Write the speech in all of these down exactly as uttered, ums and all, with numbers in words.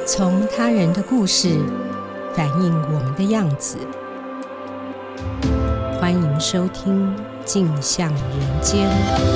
从他人的故事反映我们的样子。欢迎收听《镜像人间》。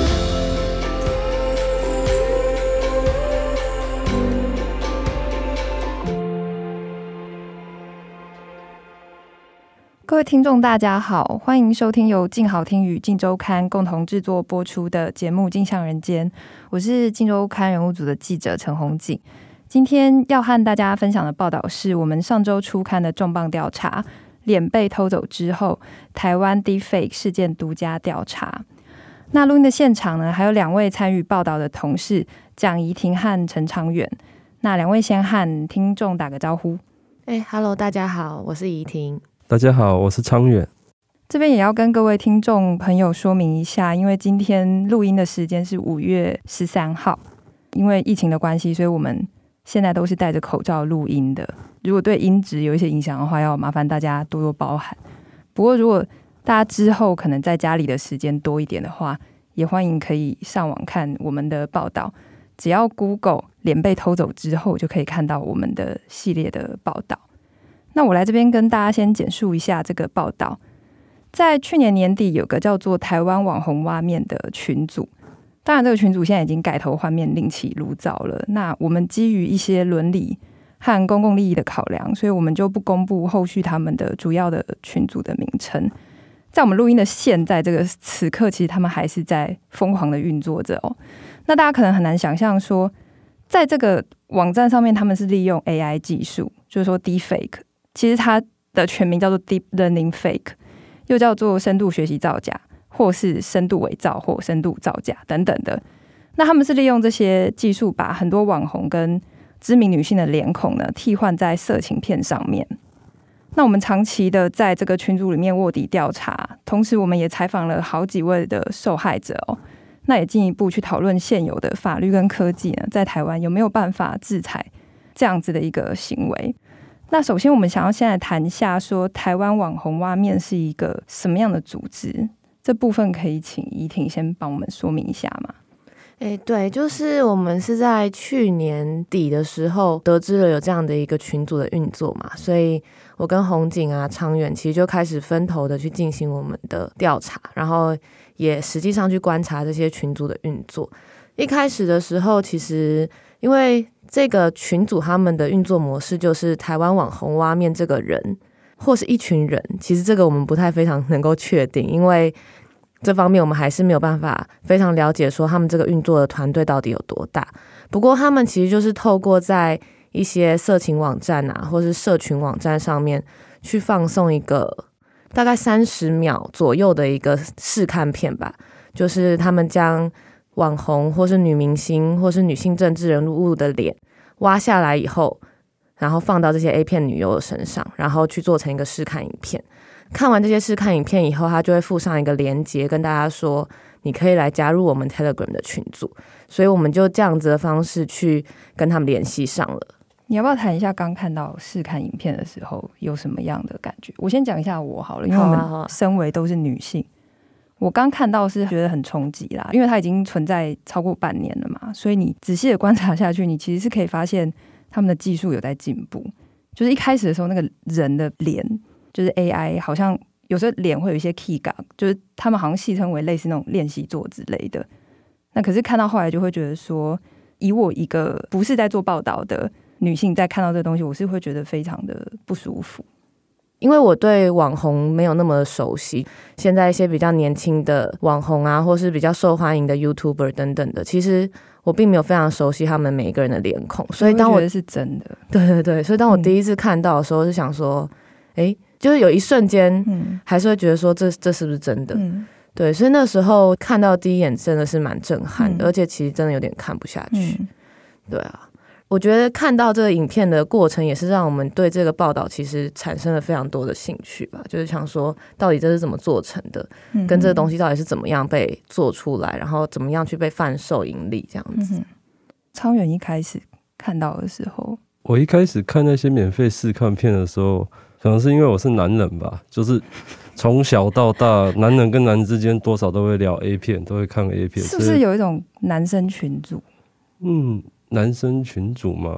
各位听众大家好，欢迎收听由镜好听与镜周刊共同制作播出的节目《镜像人间》，我是镜周刊人物组的记者陈宏景。今天要和大家分享的报道是我们上周初刊的重磅调查，脸被偷走之后台湾 Deepfake 事件独家调查。那录音的现场呢，还有两位参与报道的同事蒋怡婷和陈昌远。那两位先和听众打个招呼。 哎、欸、，Hello， 大家好，我是怡婷。 大家好，我是昌远。 这边也要跟各位听众朋友说明一下，因为今天录音的时间是五月十三号，因为疫情的关系，所以我们现在都是戴着口罩录音的。如果对音质有一些影响的话，要麻烦大家多多包涵。不过如果大家之后可能在家里的时间多一点的话，也欢迎可以上网看我们的报道，只要 Google 脸被偷走之后，就可以看到我们的系列的报道。那我来这边跟大家先简述一下这个报道。在去年年底，有个叫做台湾网红挖面的群组，当然这个群组现在已经改头换面，另起炉灶了。那我们基于一些伦理和公共利益的考量，所以我们就不公布后续他们的主要的群组的名称。在我们录音的现在这个此刻，其实他们还是在疯狂的运作着哦。那大家可能很难想象说，在这个网站上面，他们是利用 A I 技术，就是说 Deepfake， 其实它的全名叫做 Deep Learning Fake， 又叫做深度学习造假，或是深度伪造或深度造假等等的。那他们是利用这些技术，把很多网红跟知名女性的脸孔呢替换在色情片上面。那我们长期的在这个群组里面卧底调查，同时我们也采访了好几位的受害者哦。那也进一步去讨论现有的法律跟科技呢，在台湾有没有办法制裁这样子的一个行为。那首先我们想要先来谈一下说台湾网红挖面是一个什么样的组织，这部分可以请怡婷先帮我们说明一下吗？ 欸、对，就是我们是在去年底的时候得知了有这样的一个群组的运作嘛，所以我跟宏景啊、昌远其实就开始分头的去进行我们的调查，然后也实际上去观察这些群组的运作。一开始的时候，其实因为这个群组他们的运作模式就是台湾网红挖面这个人或是一群人，其实这个我们不太非常能够确定，因为这方面我们还是没有办法非常了解说他们这个运作的团队到底有多大。不过他们其实就是透过在一些色情网站啊或是社群网站上面去放送一个大概三十秒左右的一个试看片吧，就是他们将网红或是女明星或是女性政治人物的脸挖下来以后，然后放到这些 A 片女优的身上，然后去做成一个试看影片。看完这些试看影片以后，他就会附上一个连结跟大家说你可以来加入我们 Telegram 的群组，所以我们就这样子的方式去跟他们联系上了。 你要不要谈一下刚看到试看影片的时候有什么样的感觉？我先讲一下我好了，因为我们身为都是女性，我刚看到是觉得很冲击啦，因为它已经存在超过半年了嘛，所以你仔细的观察下去，你其实是可以发现他们的技术有在进步。就是一开始的时候，那个人的脸就是 A I， 好像有时候脸会有一些 key gag， 就是他们好像戏称为类似那种练习做之类的。那可是看到后来就会觉得说，以我一个不是在做报道的女性在看到这个东西，我是会觉得非常的不舒服。 因为我对网红没有那么熟悉，现在一些比较年轻的网红啊，或是比较受欢迎的 YouTuber 等等的，其实我并没有非常熟悉他们每一个人的脸孔，所以当我觉得是真的， 对对对，所以当我第一次看到的时候，是想说，哎、嗯，就是有一瞬间，还是会觉得说这这是不是真的？嗯，对，所以那时候看到第一眼真的是蛮震撼的，嗯、而且其实真的有点看不下去。嗯、对啊。我觉得看到这个影片的过程也是让我们对这个报道其实产生了非常多的兴趣吧，就是想说到底这是怎么做成的、嗯、跟这个东西到底是怎么样被做出来，然后怎么样去被贩售盈利这样子。 昌远一开始看到的时候， 我一开始看那些免费试看片的时候，可能是因为我是男人吧，就是从小到大男人跟男人之间多少都会聊 A 片，都会看 A 片， 是不是有一种男生群组？ 嗯，男生群组嘛，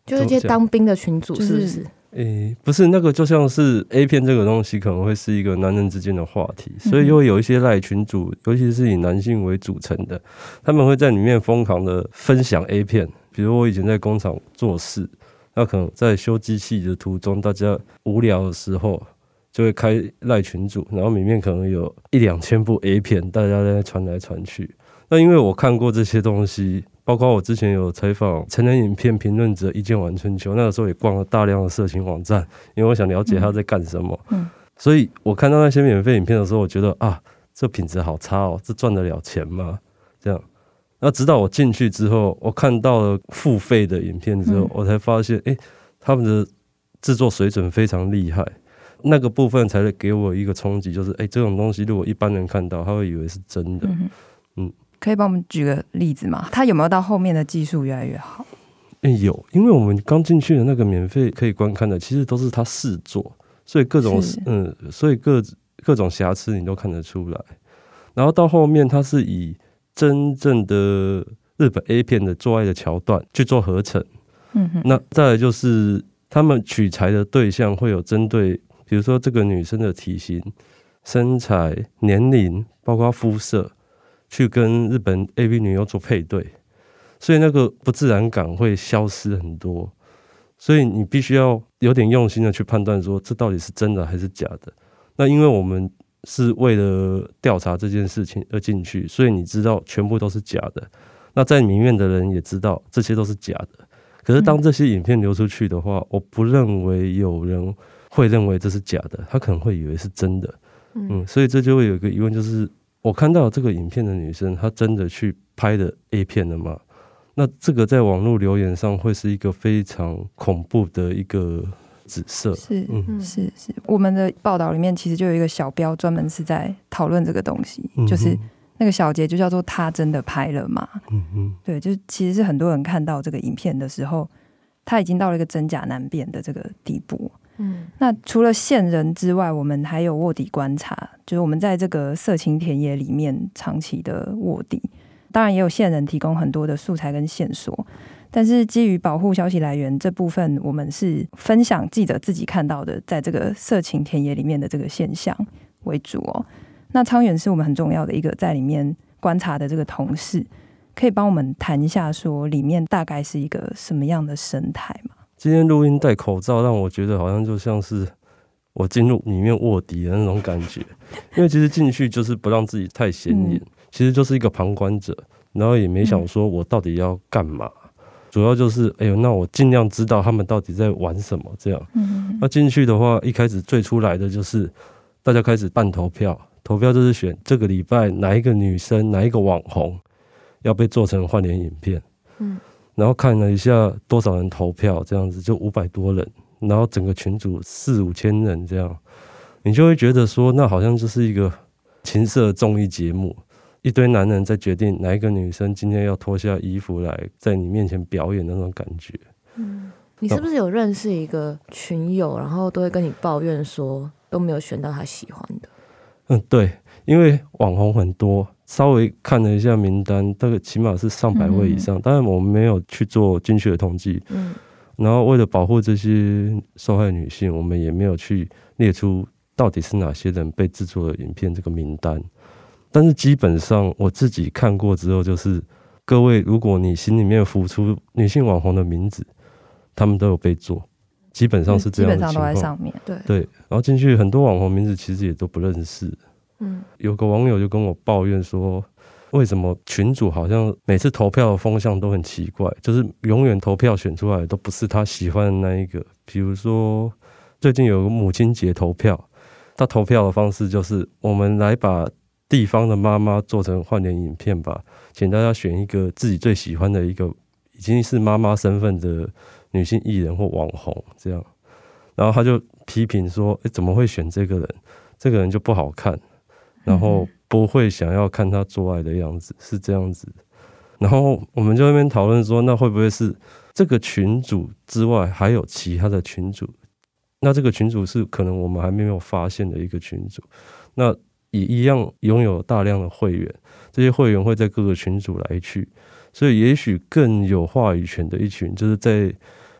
就是一些当兵的群组，是不是？ 诶，不是，那个就像是 A 片这个东西可能会是一个男人之间的话题，所以又会有一些赖群组，尤其是以男性为组成的，他们会在里面疯狂的分享 A 片。比如我以前在工厂做事，那可能在修机器的途中，大家无聊的时候就会开赖群组，然后里面可能有一两千部 A 片，大家在传来传去。那因为我看过这些东西，包括我之前有采访成人影片评论者一剑丸春秋，那个时候也逛了大量的色情网站，因为我想了解他在干什么、嗯嗯、所以我看到那些免费影片的时候，我觉得啊，这品质好差哦，这赚得了钱吗？这样。那直到我进去之后，我看到了付费的影片之后、嗯、我才发现哎、欸，他们的制作水准非常厉害，那个部分才给我一个冲击，就是哎、欸，这种东西如果一般人看到他会以为是真的。嗯嗯，可以帮我们举个例子吗？他有没有到后面的技术越来越好？ 欸、有，因为我们刚进去的那个免费可以观看的，其实都是他试做，所以各种嗯，所以各各种瑕疵你都看得出来。然后到后面，他是以真正的日本 A 片的做爱的桥段去做合成。嗯哼，那再来就是他们取材的对象会有针对，比如说这个女生的体型、身材、年龄，包括肤色，去跟日本 A V 女优做配对，所以那个不自然感会消失很多。所以你必须要有点用心的去判断说这到底是真的还是假的。那因为我们是为了调查这件事情而进去，所以你知道全部都是假的。那在里面的人也知道这些都是假的。可是当这些影片流出去的话，我不认为有人会认为这是假的，他可能会以为是真的。嗯，所以这就会有一个疑问，就是我看到这个影片的女生，她真的去拍的 A 片了吗？那这个在网络留言上会是一个非常恐怖的一个紫色。 是、嗯、是是，我们的报道里面其实就有一个小标专门是在讨论这个东西、嗯、就是那个小节就叫做他真的拍了吗？嗯嗯，对，就是其实是很多人看到这个影片的时候，他已经到了一个真假难辨的这个地步。嗯，那除了线人之外，我们还有卧底观察，就是我们在这个色情田野里面长期的卧底，当然也有线人提供很多的素材跟线索，但是基于保护消息来源这部分，我们是分享记者自己看到的在这个色情田野里面的这个现象为主哦。那昌远是我们很重要的一个在里面观察的这个同事，可以帮我们谈一下说里面大概是一个什么样的生态吗？ 今天录音戴口罩让我觉得好像就像是我进入里面卧底的那种感觉，因为其实进去就是不让自己太显眼、嗯、其实就是一个旁观者，然后也没想说我到底要干嘛、嗯、主要就是哎呦，那我尽量知道他们到底在玩什么这样、嗯、那进去的话一开始最出来的就是大家开始办投票，投票就是选这个礼拜哪一个女生哪一个网红要被做成换脸影片，嗯，然后看了一下多少人投票，这样子就五百多人，然后整个群组四五千人这样，你就会觉得说那好像就是一个情色综艺节目，一堆男人在决定哪一个女生今天要脱下衣服来在你面前表演那种感觉。 嗯，你是不是有认识一个群友，然后都会跟你抱怨说都没有选到他喜欢的？ 嗯，对，因为网红很多，稍微看了一下名单，大概起码是上百位以上、嗯、当然我们没有去做精确的统计、嗯、然后为了保护这些受害女性，我们也没有去列出到底是哪些人被制作的影片这个名单，但是基本上我自己看过之后，就是各位如果你心里面浮出女性网红的名字，他们都有被做，基本上是这样的情况，基本上都在上面。 对, 对然后进去很多网红名字其实也都不认识。嗯，有个网友就跟我抱怨说，为什么群组好像每次投票的风向都很奇怪，就是永远投票选出来的都不是他喜欢的那一个。比如说最近有个母亲节投票，他投票的方式就是我们来把地方的妈妈做成换脸影片吧，请大家选一个自己最喜欢的一个已经是妈妈身份的女性艺人或网红这样。然后他就批评说、欸、怎么会选这个人，这个人就不好看，然后不会想要看他做爱的样子，是这样子。然后我们就在那边讨论说，那会不会是这个群组之外还有其他的群组，那这个群组是可能我们还没有发现的一个群组，那也一样拥有大量的会员，这些会员会在各个群组来去，所以也许更有话语权的一群，就是在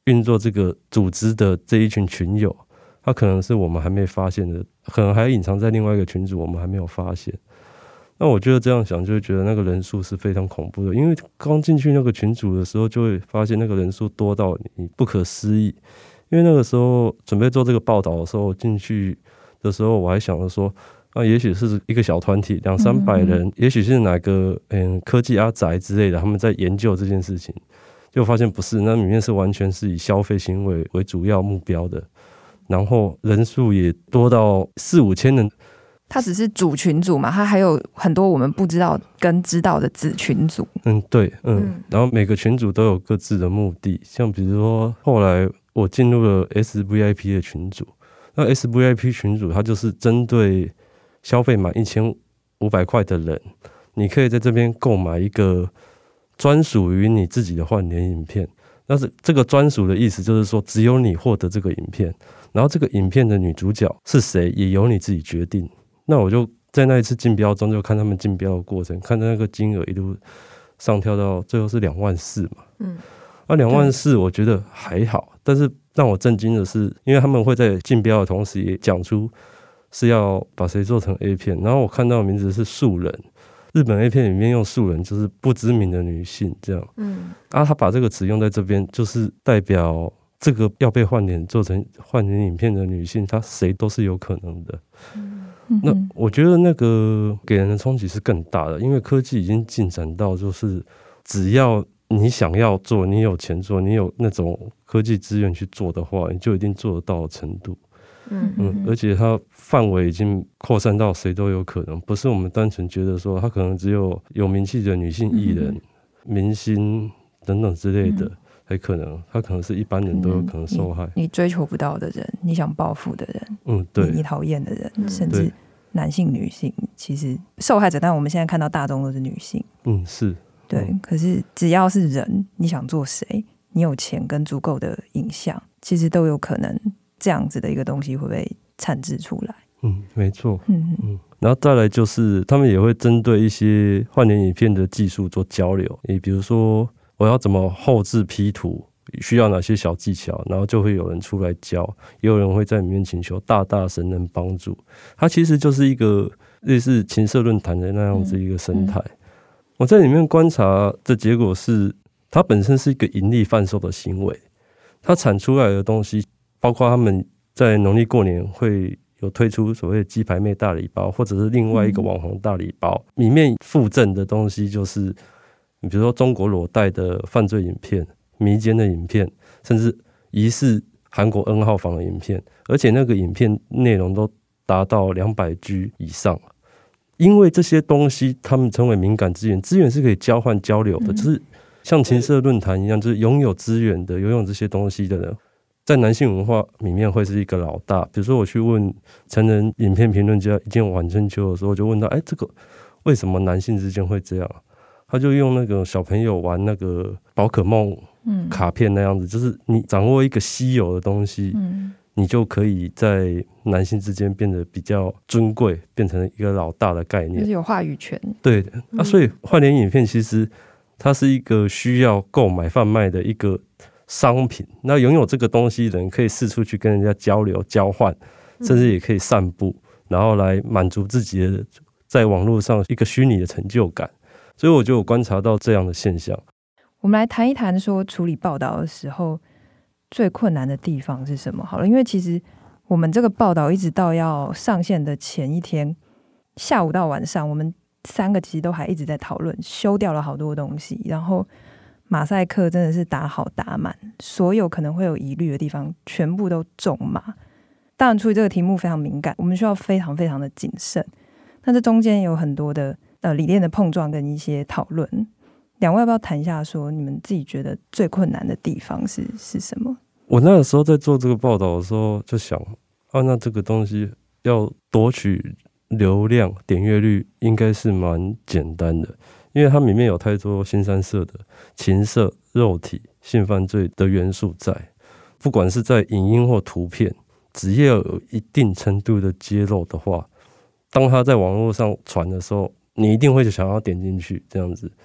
运作这个组织的这一群群友，他可能是我们还没发现的，可能还隐藏在另外一个群组，我们还没有发现。那我觉得这样想就会觉得那个人数是非常恐怖的，因为刚进去那个群组的时候就会发现那个人数多到你不可思议。因为那个时候准备做这个报道的时候，进去的时候我还想着说，啊，也许是一个小团体两三百人，嗯、也许是哪个嗯科技阿宅之类的，他们在研究这件事情，就发现不是，那里面是完全是以消费行为为主要目标的，然后人数也多到四五千人。 它只是主群组嘛，它还有很多我们不知道跟知道的子群组。 嗯，对，嗯，嗯然后每个群组都有各自的目的，像比如说后来我进入了 S V I P 的群组，那 S V I P 群组它就是针对消费满一千五百块的人，你可以在这边购买一个专属于你自己的换脸影片。但是这个专属的意思就是说，只有你获得这个影片，然后这个影片的女主角是谁，也由你自己决定。那我就在那一次竞标中，就看他们竞标的过程，看那个金额一路上跳到最后是两万四嘛。嗯，那两万四我觉得还好，但是让我震惊的是，因为他们会在竞标的同时也讲出是要把谁做成 A 片，然后我看到的名字是素人，日本 A 片里面用素人就是不知名的女性这样。嗯，啊，他把这个词用在这边，就是代表这个要被换脸做成换脸影片的女性，她谁都是有可能的。嗯。那我觉得那个给人的冲击是更大的，因为科技已经进展到就是只要你想要做，你有钱做，你有那种科技资源去做的话，你就一定做得到的程度。嗯嗯，而且它范围已经扩散到谁都有可能，不是我们单纯觉得说它可能只有有名气的女性艺人、嗯、明星等等之类的。嗯还可能，他可能是一般人都有可能受害。嗯、 你, 你追求不到的人，你想报复的人， 嗯，对， 你讨厌的人，嗯、甚至男性、女性，其实受害者，但我们现在看到大众都是女性。 嗯，是， 对。嗯、可是只要是人，你想做谁，你有钱跟足够的影像，其实都有可能这样子的一个东西会被产制出来。 嗯，没错。嗯嗯。然后再来就是，他们也会针对一些换脸影片的技术做交流，你比如说。我要怎么后置 P 图，需要哪些小技巧，然后就会有人出来教，也有人会在里面请求大大神人帮助。它其实就是一个类似情色论坛的那样子一个生态。嗯嗯、我在里面观察的结果是，它本身是一个盈利贩售的行为，它产出来的东西，包括他们在农历过年会有推出所谓的鸡排妹大礼包，或者是另外一个网红大礼包，嗯、里面附赠的东西就是。你比如说中国裸贷的犯罪影片、迷奸的影片，甚至疑似韩国 N 号房的影片，而且那个影片内容都达到两百 G 以上。因为这些东西，他们成为敏感资源，资源是可以交换交流的，嗯、就是像情色论坛一样，就是拥有资源的、拥有这些东西的人，在男性文化里面会是一个老大。比如说，我去问成人影片评论家一件晚春秋的时候，我就问他：哎，这个为什么男性之间会这样？他就用那个小朋友玩那个宝可梦卡片那样子，嗯、就是你掌握一个稀有的东西，嗯、你就可以在男性之间变得比较尊贵，变成一个老大的概念， 就是有话语权。 对，嗯、啊，所以换脸影片其实它是一个需要购买贩卖的一个商品。那拥有这个东西的人可以四处去跟人家交流交换，甚至也可以散布，然后来满足自己的在网络上一个虚拟的成就感。所以我就有观察到这样的现象。 我们来谈一谈说处理报道的时候最困难的地方是什么好了，因为其实我们这个报道一直到要上线的前一天下午到晚上，我们三个其实都还一直在讨论，修掉了好多东西，然后马赛克真的是打好打满，所有可能会有疑虑的地方全部都中码。当然处理这个题目非常敏感，我们需要非常非常的谨慎，但这中间有很多的呃，理念的碰撞跟一些讨论，两位要不要谈一下说你们自己觉得最困难的地方是是什么？ 我那个时候在做这个报道的时候就想，啊，那这个东西要夺取流量点阅率应该是蛮简单的，因为它里面有太多新三色的情色、肉体、性犯罪的元素在，不管是在影音或图片，只要有一定程度的揭露的话，当他在网络上传的时候，你一定会想要点进去这样子。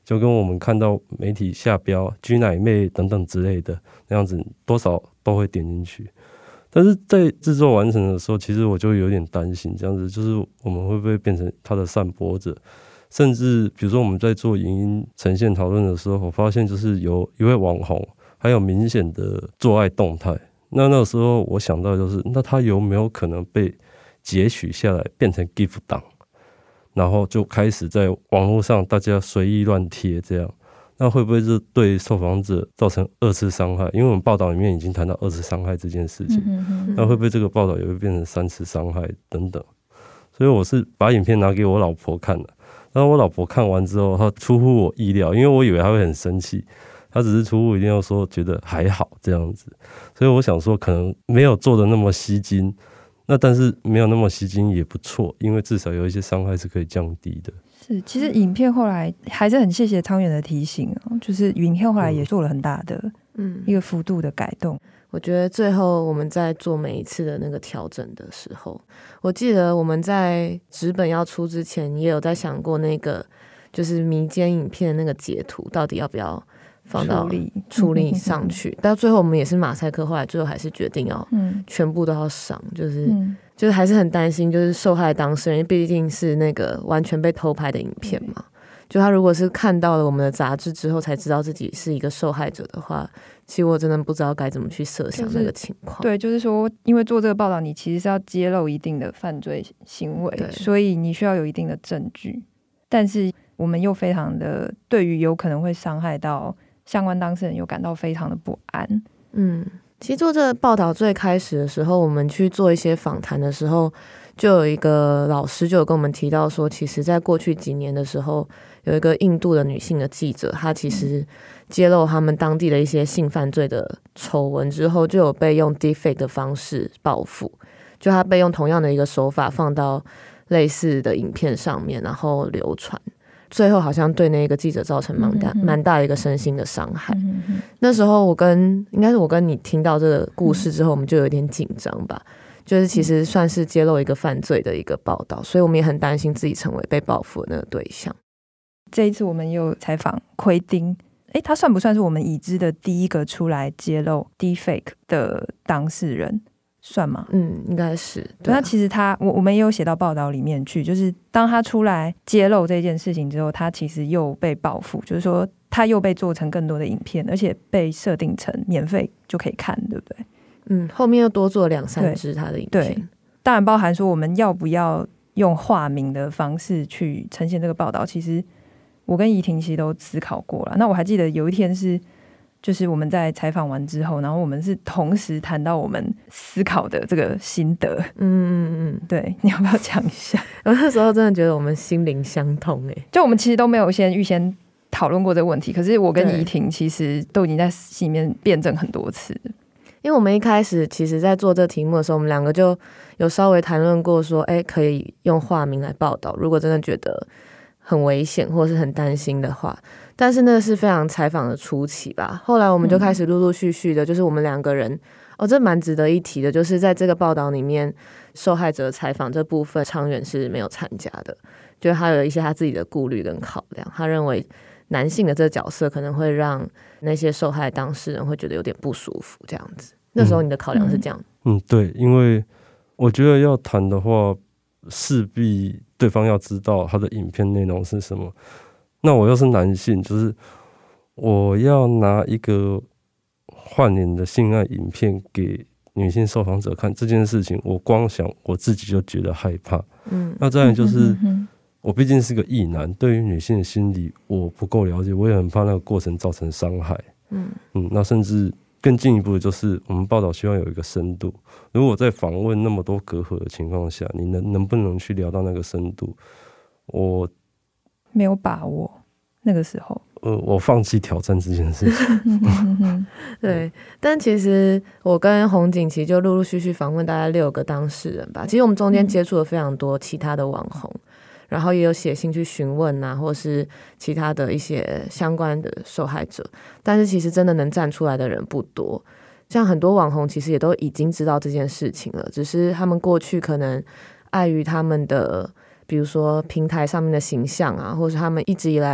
就跟我们看到媒体下标居奶妹等等之类的那样子，多少都会点进去。但是在制作完成的时候，其实我就有点担心，这样子就是我们会不会变成它的散播者，甚至比如说我们在做影音呈现讨论的时候，我发现就是有一位网红还有明显的做爱动态，那那个时候我想到就是，那他有没有可能被截取下来变成 GIF 档，然后就开始在网络上大家随意乱贴这样，那会不会是对受访者造成二次伤害？因为我们报道里面已经谈到二次伤害这件事情，嗯哼哼，那会不会这个报道也会变成三次伤害等等？所以我是把影片拿给我老婆看的，然后我老婆看完之后，她出乎我意料，因为我以为她会很生气，她只是出乎意料说觉得还好这样子，所以我想说可能没有做的那么吸睛。那但是没有那么吸睛也不错，因为至少有一些伤害是可以降低的。 是，其实影片后来还是很谢谢昌远的提醒，就是影片后来也做了很大的嗯一个幅度的改动。 我觉得最后我们在做每一次的那个调整的时候，我记得我们在纸本要出之前也有在想过那个就是迷奸影片的那个截图到底要不要放到处理上去，但最后我们也是马赛克，后来最后还是决定要全部都要上，就是、嗯、就是还是很担心，就是受害当事人毕竟是那个完全被偷拍的影片嘛，就他如果是看到了我们的杂志之后才知道自己是一个受害者的话，其实我真的不知道该怎么去设想那个情况、 就是、对，就是说因为做这个报道你其实是要揭露一定的犯罪行为，所以你需要有一定的证据，但是我们又非常的对于有可能会伤害到相关当事人又感到非常的不安。 嗯，其实做这个报道最开始的时候，我们去做一些访谈的时候，就有一个老师就有跟我们提到说，其实在过去几年的时候，有一个印度的女性的记者，她其实揭露他们当地的一些性犯罪的丑闻之后，就有被用 deepfake 的方式报复，就她被用同样的一个手法放到类似的影片上面，然后流传。最后好像对那个记者造成蛮大蛮大的一个身心的伤害、嗯、哼哼那时候我跟应该是我跟你听到这个故事之后、嗯、我们就有点紧张吧，就是其实算是揭露一个犯罪的一个报道，所以我们也很担心自己成为被报复的那个对象。 这一次我们也有采访奎丁，诶，他算不算是我们已知的第一个出来揭露 deepfake 的当事人？算吗？ 嗯，应该是。 对、啊，那其实他，我我们也有写到报道里面去，就是当他出来揭露这件事情之后，他其实又被报复，就是说他又被做成更多的影片，而且被设定成免费就可以看，对不对？ 嗯，后面又多做两三支他的影片。对， 当然包含说我们要不要用化名的方式去呈现这个报道，其实我跟怡婷其实都思考过了。那我还记得有一天是。就是我们在采访完之后，然后我们是同时谈到我们思考的这个心得。嗯嗯嗯，对，你要不要讲一下？ 我那时候真的觉得我们心灵相通哎、欸， 就我们其实都没有先预先讨论过这个问题，可是我跟怡婷其实都已经在心里面辩证很多次。 因为我们一开始其实在做这个题目的时候，我们两个就有稍微谈论过说，哎、欸，可以用化名来报道，如果真的觉得很危险或是很担心的话。但是那个是非常采访的初期吧，后来我们就开始陆陆续续的，就是我们两个人、嗯、哦，这蛮值得一提的，就是在这个报道里面，受害者采访这部分，昌远是没有参加的，就是他有一些他自己的顾虑跟考量，他认为男性的这个角色可能会让那些受害当事人会觉得有点不舒服，这样子。那时候你的考量是这样？ 嗯，嗯对，因为我觉得要谈的话，势必对方要知道他的影片内容是什么。那我又是男性，就是我要拿一个换脸的性爱影片给女性受访者看这件事情，我光想我自己就觉得害怕。嗯，那再来就是我毕竟是个异男，对于女性的心理我不够了解，我也很怕那个过程造成伤害。嗯嗯，那甚至更进一步的就是我们报道希望有一个深度，如果在访问那么多隔阂的情况下，你能能不能去聊到那个深度，我没有把握，那个时候， 呃，我放弃挑战这件事情。 对，但其实我跟洪景其实就陆陆续续访问大概六个当事人吧。其实我们中间接触了非常多其他的网红，嗯、然后也有写信去询问啊，或是其他的一些相关的受害者。但是其实真的能站出来的人不多。像很多网红其实也都已经知道这件事情了，只是他们过去可能碍于他们的。比如说平台上面的形象啊，或是他们一直以来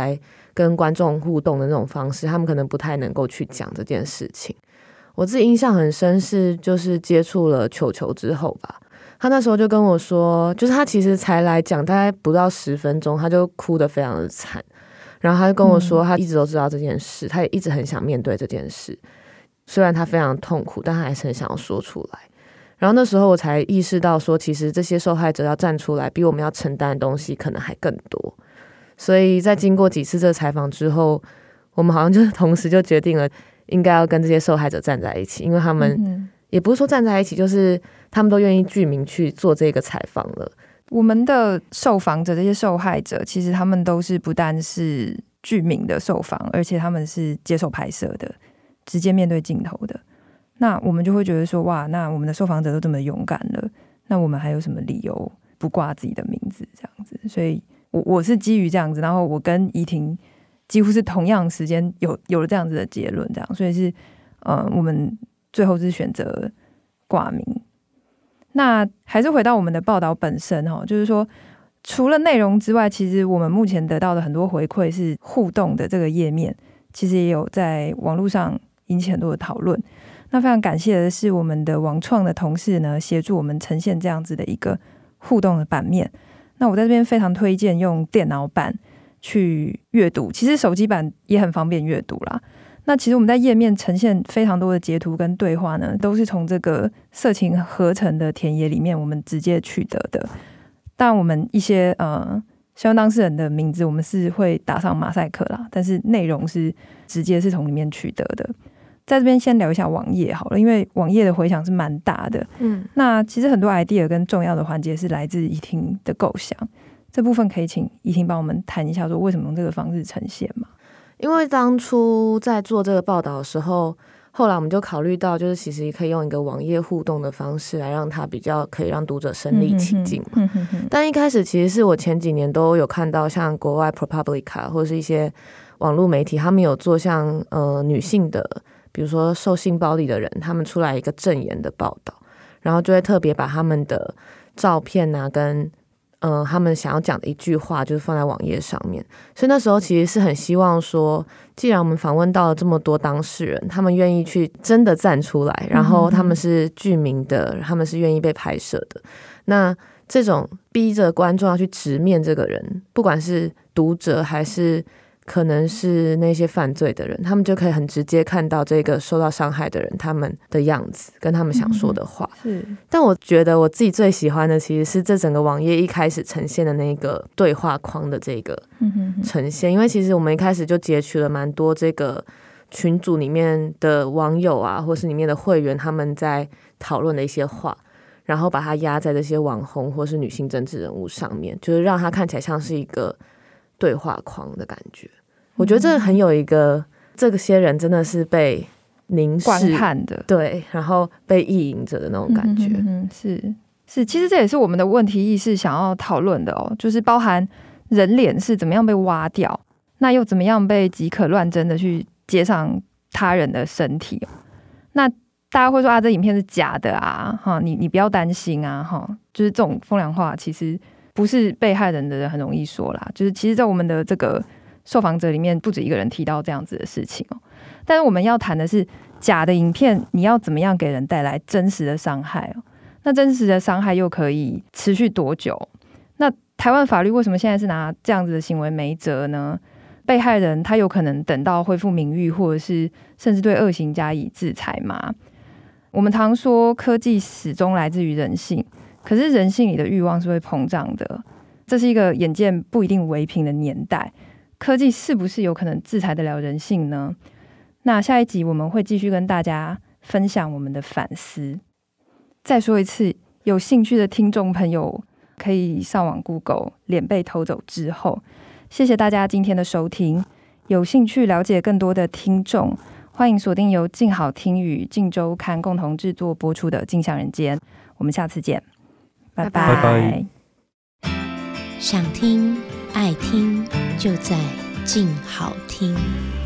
跟观众互动的那种方式，他们可能不太能够去讲这件事情。我自己印象很深是就是接触了球球之后吧，他那时候就跟我说，就是他其实才来讲大概不到十分钟，他就哭得非常的惨，然后他就跟我说他一直都知道这件事，他也一直很想面对这件事，虽然他非常痛苦，但他还是很想要说出来。然后那时候我才意识到说，其实这些受害者要站出来，比我们要承担的东西可能还更多。所以在经过几次这个采访之后，我们好像就同时就决定了应该要跟这些受害者站在一起，因为他们也不是说站在一起，就是他们都愿意具名去做这个采访了。 我们的受访者这些受害者，其实他们都是不但是具名的受访，而且他们是接受拍摄的，直接面对镜头的。那我们就会觉得说，哇，那我们的受访者都这么勇敢了，那我们还有什么理由不挂自己的名字这样子？所以我我是基于这样子，然后我跟怡婷几乎是同样时间有有了这样子的结论，这样，所以是呃，我们最后是选择挂名。那还是回到我们的报道本身哈，就是说，除了内容之外，其实我们目前得到的很多回馈是互动的这个页面，其实也有在网络上引起很多的讨论。那非常感谢的是，我们的网创的同事呢，协助我们呈现这样子的一个互动的版面。那我在这边非常推荐用电脑版去阅读，其实手机版也很方便阅读啦。那其实我们在页面呈现非常多的截图跟对话呢，都是从这个色情合成的田野里面我们直接取得的。但我们一些呃相关当事人的名字，我们是会打上马赛克啦，但是内容是直接是从里面取得的。在这边先聊一下网页好了，因为网页的回响是蛮大的。嗯，那其实很多 idea 跟重要的环节是来自怡婷的构想，这部分可以请怡婷帮我们谈一下，说为什么用这个方式呈现吗？ 因为当初在做这个报道的时候，后来我们就考虑到，就是其实可以用一个网页互动的方式来让它比较可以让读者身临其境嘛。嗯哼哼。但一开始其实是我前几年都有看到，像国外 ProPublica 或者是一些网络媒体，他们有做像呃女性的，比如说受性暴力的人，他们出来一个证言的报道，然后就会特别把他们的照片啊跟呃，他们想要讲的一句话就是放在网页上面。所以那时候其实是很希望说，既然我们访问到了这么多当事人，他们愿意去真的站出来，然后他们是具名的，他们是愿意被拍摄的，那这种逼着观众要去直面这个人，不管是读者还是可能是那些犯罪的人，他们就可以很直接看到这个受到伤害的人他们的样子跟他们想说的话。嗯、是，但我觉得我自己最喜欢的其实是这整个网页一开始呈现的那个对话框的这个呈现，因为其实我们一开始就截取了蛮多这个群组里面的网友啊，或是里面的会员他们在讨论的一些话，然后把它压在这些网红或是女性政治人物上面，就是让它看起来像是一个对话框的感觉。我觉得这很有一个，这些人真的是被凝视观看的， 对，然后被意淫着的那种感觉。嗯嗯嗯是是，其实这也是我们的问题意识想要讨论的哦，就是包含人脸是怎么样被挖掉，那又怎么样被即可乱真的去接上他人的身体哦。那大家会说啊，这影片是假的啊，哈，你你不要担心啊，哈，就是这种风凉话，其实不是被害人的人很容易说啦，就是其实，在我们的这个受访者里面，不止一个人提到这样子的事情哦。但是我们要谈的是假的影片，你要怎么样给人带来真实的伤害哦？那真实的伤害又可以持续多久？那台湾法律为什么现在是拿这样子的行为没辙呢？被害人他有可能等到恢复名誉，或者是甚至对恶行加以制裁吗？我们常说科技始终来自于人性，可是人性里的欲望是会膨胀的，这是一个眼见不一定为凭的年代。科技是不是有可能制裁得了人性呢？那下一集我们会继续跟大家分享我们的反思。再说一次，有兴趣的听众朋友可以上网 Google 脸被偷走之后。谢谢大家今天的收听。有兴趣了解更多的听众，欢迎锁定由静好听与静周刊共同制作播出的《镜像人间》。我们下次见，拜拜。 拜拜。 想听爱听就在静好听。